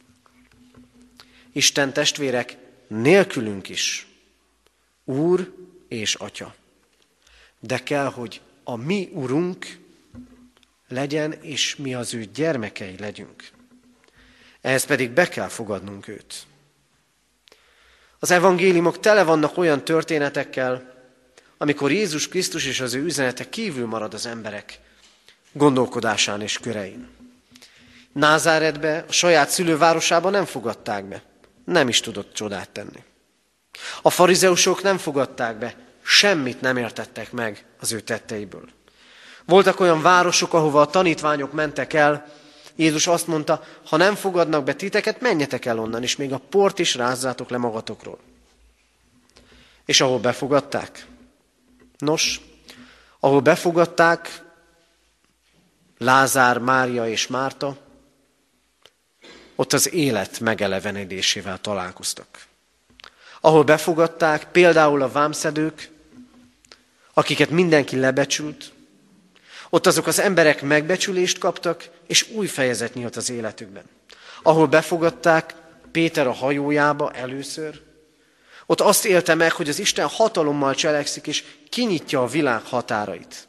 Isten testvérek nélkülünk is Úr és Atya. De kell, hogy a mi Urunk legyen, és mi az ő gyermekei legyünk. Ehhez pedig be kell fogadnunk őt. Az evangéliumok tele vannak olyan történetekkel, amikor Jézus Krisztus és az ő üzenete kívül marad az emberek gondolkodásán és körein. Názáretbe, a saját szülővárosában nem fogadták be. Nem is tudott csodát tenni. A farizeusok nem fogadták be, semmit nem értettek meg az ő tetteiből. Voltak olyan városok, ahova a tanítványok mentek el, Jézus azt mondta, ha nem fogadnak be titeket, menjetek el onnan, és még a port is rázzátok le magatokról. És ahol befogadták? Nos, ahol befogadták Lázár, Mária és Márta, ott az élet megelevenedésével találkoztak. Ahol befogadták például a vámszedők, akiket mindenki lebecsült, ott azok az emberek megbecsülést kaptak, és új fejezet nyílt az életükben. Ahol befogadták Péter a hajójába először, ott azt élte meg, hogy az Isten hatalommal cselekszik, és kinyitja a világ határait.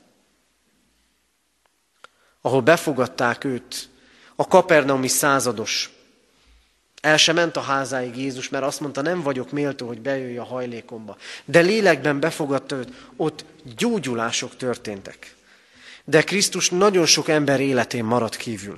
Ahol befogadták őt, a kapernaumi százados, el sem ment a házáig Jézus, mert azt mondta, nem vagyok méltó, hogy bejöjj a hajlékomba. De lélekben befogadta őt, ott gyógyulások történtek. De Krisztus nagyon sok ember életén maradt kívül.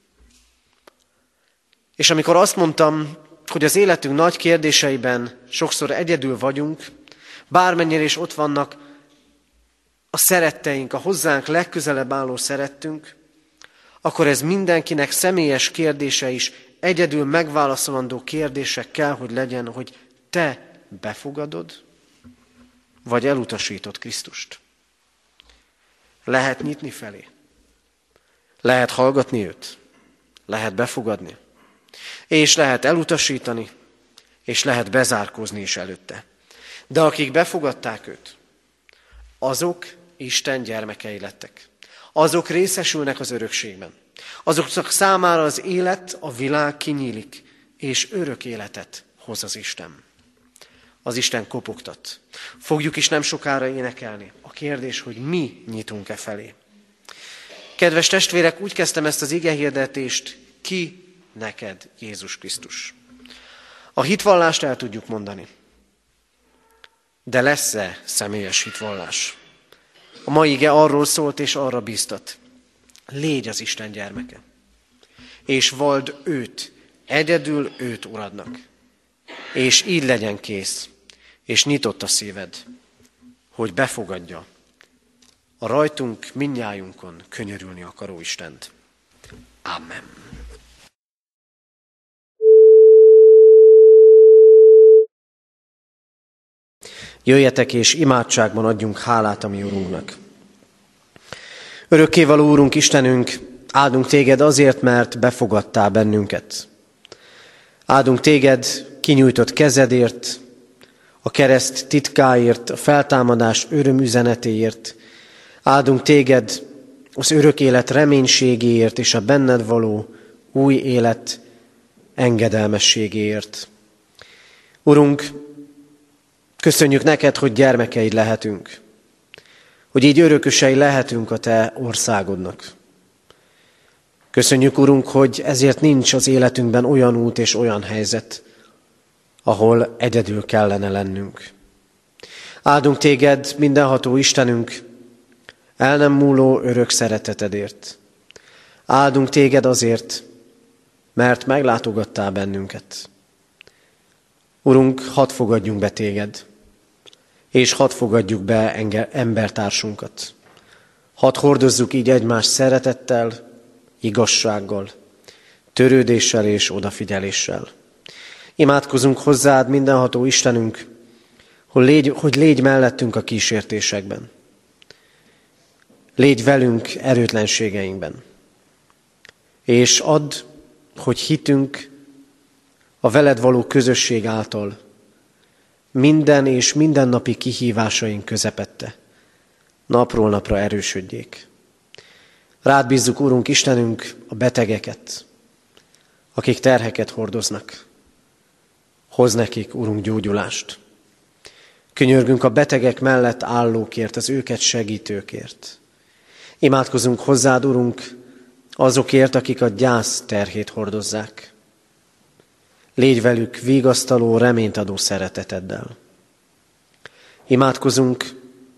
És amikor azt mondtam, hogy az életünk nagy kérdéseiben sokszor egyedül vagyunk, bármennyire is ott vannak a szeretteink, a hozzánk legközelebb álló szerettünk, akkor ez mindenkinek személyes kérdése is, egyedül megválaszolandó kérdések kell, hogy legyen, hogy te befogadod, vagy elutasítod Krisztust. Lehet nyitni felé. Lehet hallgatni őt. Lehet befogadni. És lehet elutasítani, és lehet bezárkózni is előtte. De akik befogadták őt, azok Isten gyermekei lettek. Azok részesülnek az örökségben. Azok számára az élet, a világ kinyílik, és örök életet hoz az Isten. Az Isten kopogtat. Fogjuk is nem sokára énekelni. A kérdés, hogy mi nyitunk-e felé. Kedves testvérek, úgy kezdtem ezt az igehirdetést, ki neked Jézus Krisztus. A hitvallást el tudjuk mondani. De lesz-e személyes hitvallás? A mai ige arról szólt és arra bíztat. Légy az Isten gyermeke. És vald őt, egyedül őt uradnak. És így legyen kész, és nyitott a szíved, hogy befogadja a rajtunk, mindnyájunkon könyörülni akaró Istent. Amen. Jöjjetek és imádságban adjunk hálát a mi Urunknak. Örökkévaló Úrunk, Istenünk, áldunk Téged azért, mert befogadtál bennünket. Áldunk Téged kinyújtott kezedért, a kereszt titkáért, a feltámadás örömüzenetéért. Áldunk Téged az örök élet reménységéért és a benned való új élet engedelmességéért. Urunk, köszönjük neked, hogy gyermekeid lehetünk, hogy így örökösei lehetünk a te országodnak. Köszönjük, Urunk, hogy ezért nincs az életünkben olyan út és olyan helyzet, ahol egyedül kellene lennünk. Áldunk Téged, mindenható Istenünk, el nem múló örök szeretetedért. Áldunk Téged azért, mert meglátogattál bennünket. Urunk, hadd fogadjunk be Téged, és hadd fogadjuk be embertársunkat. Hadd hordozzuk így egymást szeretettel, igazsággal, törődéssel és odafigyeléssel. Imádkozunk hozzád, mindenható Istenünk, hogy légy mellettünk a kísértésekben. Légy velünk erőtlenségeinkben. És add, hogy hitünk a veled való közösség által minden és mindennapi kihívásaink közepette napról napra erősödjék. Rád bízzuk, Urunk Istenünk, a betegeket, akik terheket hordoznak. Hoz nekik, Urunk, gyógyulást. Könyörgünk a betegek mellett állókért, az őket segítőkért. Imádkozunk hozzád, Urunk, azokért, akik a gyász terhét hordozzák. Légy velük vigasztaló, reményt adó szereteteddel. Imádkozunk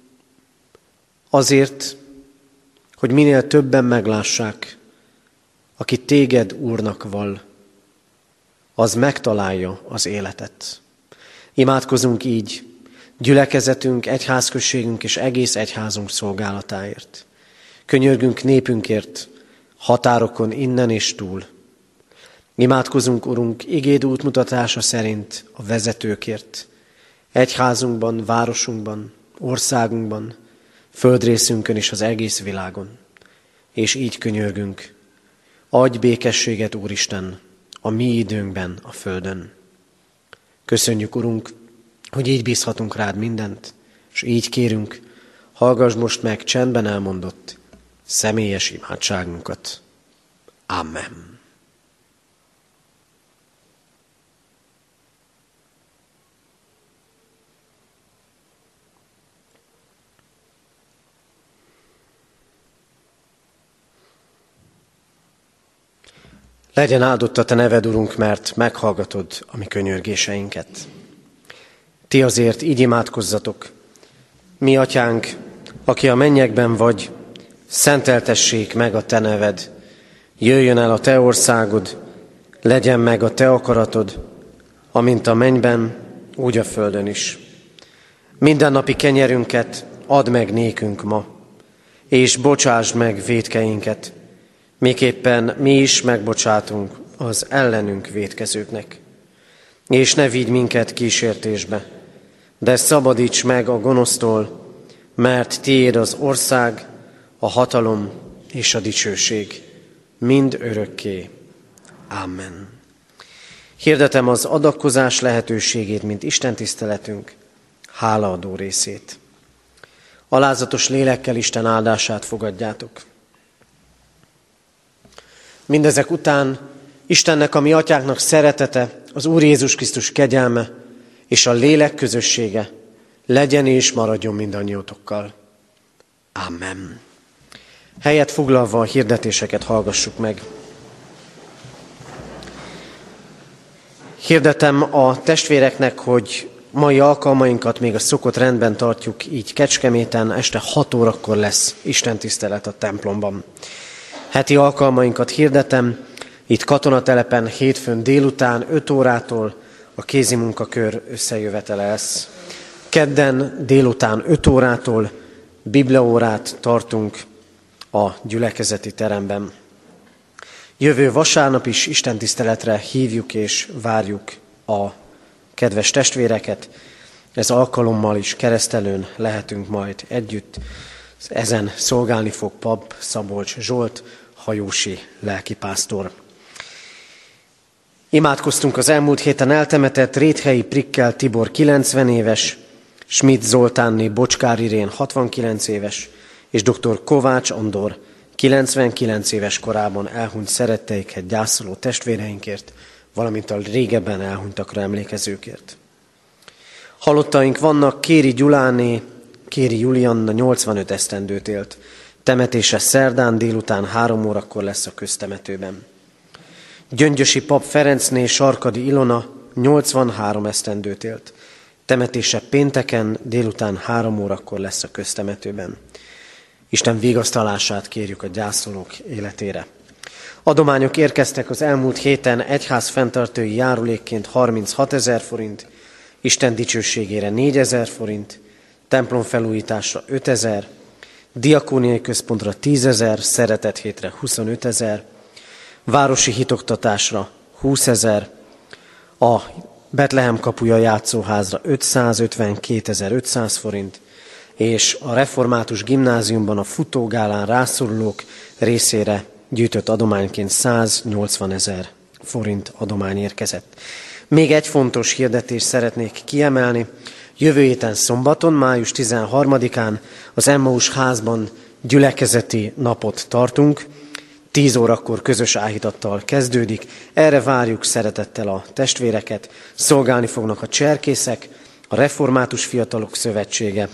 azért, hogy minél többen meglássák, aki téged Úrnak vall, az megtalálja az életet. Imádkozunk így gyülekezetünk, egyházközségünk és egész egyházunk szolgálatáért. Könyörgünk népünkért, határokon innen és túl. Imádkozunk, Urunk, igéd útmutatása szerint a vezetőkért, egyházunkban, városunkban, országunkban, földrészünkön és az egész világon. És így könyörgünk, adj békességet, Úristen, a mi időnkben, a földön. Köszönjük, Urunk, hogy így bízhatunk rád mindent, és így kérünk, hallgass most meg csendben elmondott személyes imádságunkat. Amen. Legyen áldott a te neved, Urunk, mert meghallgatod a mi könyörgéseinket. Ti azért így imádkozzatok. Mi, Atyánk, aki a mennyekben vagy, szenteltessék meg a te neved. Jöjjön el a te országod, legyen meg a te akaratod, amint a mennyben, úgy a földön is. Mindennapi kenyerünket add meg nékünk ma, és bocsásd meg vétkeinket, miképpen mi is megbocsátunk az ellenünk vétkezőknek. És ne vigy minket kísértésbe, de szabadíts meg a gonosztól, mert tiéd az ország, a hatalom és a dicsőség, mind örökké. Amen. Hirdetem az adakozás lehetőségét, mint istentiszteletünk hálaadó részét. Alázatos lélekkel Isten áldását fogadjátok. Mindezek után Istennek, a mi atyánknak szeretete, az Úr Jézus Krisztus kegyelme és a lélek közössége legyen és maradjon mindannyiótokkal. Amen. Helyet foglalva a hirdetéseket hallgassuk meg. Hirdetem a testvéreknek, hogy mai alkalmainkat még a szokott rendben tartjuk, így Kecskeméten este 6 órakor lesz istentisztelet a templomban. Heti alkalmainkat hirdetem, itt Katonatelepen hétfőn délután 5 órától a kézi munkakör összejövetele lesz. Kedden délután 5 órától bibliaórát tartunk a gyülekezeti teremben. Jövő vasárnap is istentiszteletre hívjuk és várjuk a kedves testvéreket. ez alkalommal is keresztelőn lehetünk majd együtt. Ezen szolgálni fog pap Szabolcs Zsolt, hajósi lelkipásztor. Imádkoztunk az elmúlt héten eltemetett Réthelyi Prikkel Tibor 90 éves, Schmidt Zoltánné Bocskár Irén 69 éves, és dr. Kovács Andor 99 éves korában elhunyt szeretteiket gyászoló testvéreinkért, valamint a régebben elhunytakra emlékezőkért. Halottaink vannak: Kéri Gyuláné, Kéri Julianna 85 esztendőt élt. Temetése szerdán délután 3 órakor lesz a köztemetőben. Gyöngyösi pap Ferencné Sarkadi Ilona 83 esztendőt élt. Temetése pénteken délután 3 órakor lesz a köztemetőben. Isten vigasztalását kérjük a gyászolók életére. Adományok érkeztek az elmúlt héten: egyház fenntartói járulékként 36 000 forint, Isten dicsőségére 4 000 forint, templom felújításra 5 000, diakóniai központra 10 000, szeretet hétre 25 000, városi hitoktatásra 20 000, a Betlehem kapuja játszóházra 552 500 forint, és a református gimnáziumban a futógálán rászorulók részére gyűjtött adományként 180 000 forint adomány érkezett. Még egy fontos hirdetést szeretnék kiemelni. Jövő héten szombaton, május 13-án az Emmaus házban gyülekezeti napot tartunk. 10 órakor közös áhítattal kezdődik. Erre várjuk szeretettel a testvéreket. Szolgálni fognak a cserkészek, a Református Fiatalok Szövetsége,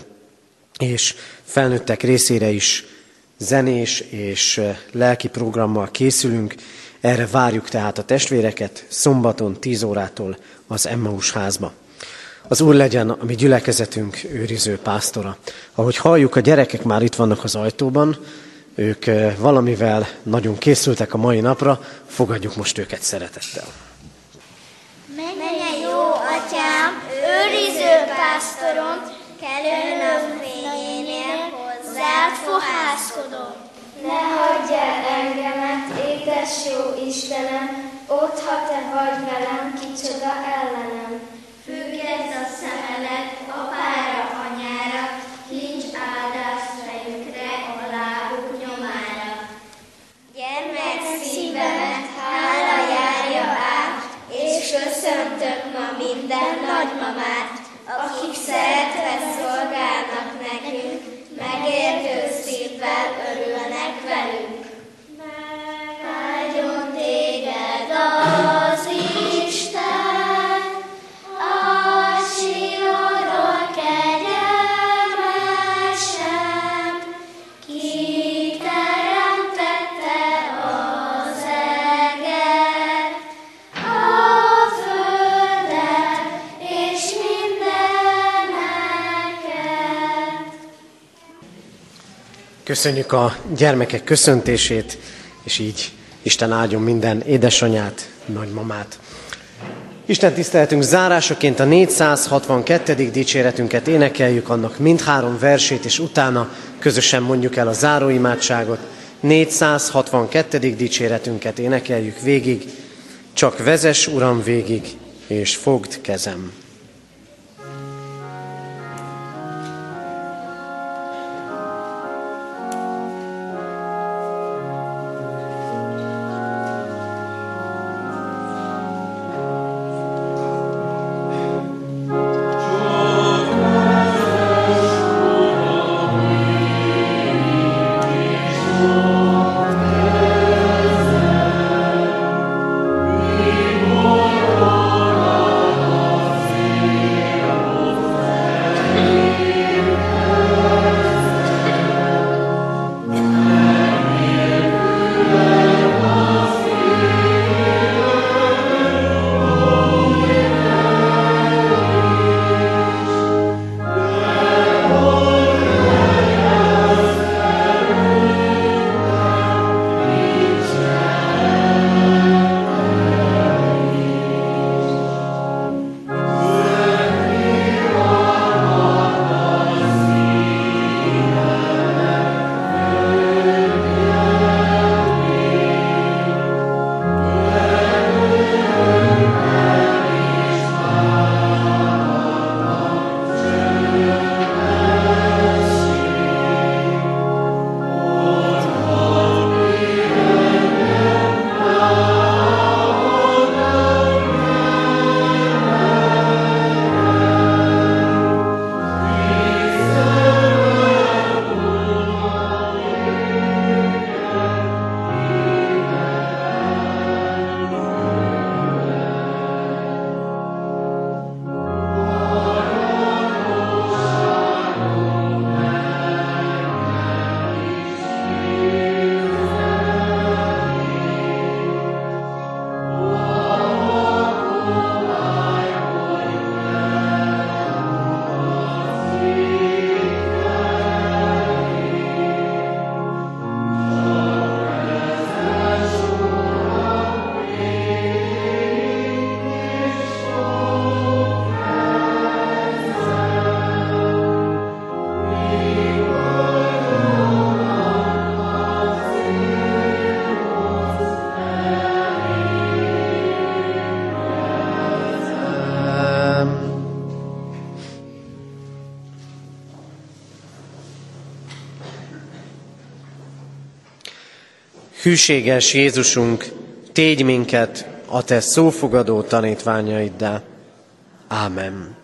és felnőttek részére is zenés és lelki programmal készülünk. Erre várjuk tehát a testvéreket szombaton 10 órától az Emmaus házba. Az Úr legyen a mi gyülekezetünk őriző pásztora. Ahogy halljuk, a gyerekek már itt vannak az ajtóban, ők valamivel nagyon készültek a mai napra, fogadjuk most őket szeretettel. Menjen jó atyám, őriző pásztorom, kelő napfényénél hozzád fohászkodom. Ne hagyj el engemet, édes jó Istenem, ott, ha te vagy velem, kicsoda ellenem. Függedd a szemelet apára, anyára, kincs áldást fejükre, a lábuk nyomára. Gyermek szívemet hála járja át, és köszöntök ma minden nagymamát, akik szeretve szolgálnak nekünk, megértő szívvel örülnek velünk. Áldjon téged az Isten, a Sionról kegyelmesen, ki teremtette az eget, a földet és mindeneket. Köszönjük a gyermekek köszöntését, és így Isten áldjon minden édesanyát, nagymamát. Isten tiszteletünk zárásaként a 462. dicséretünket énekeljük, annak mindhárom versét, és utána közösen mondjuk el a záróimádságot. 462. dicséretünket énekeljük végig. Csak vezess, Uram, végig, és fogd kezem. Oh, Hűséges Jézusunk, tégy minket a te szófogadó tanítványaiddá. Ámen.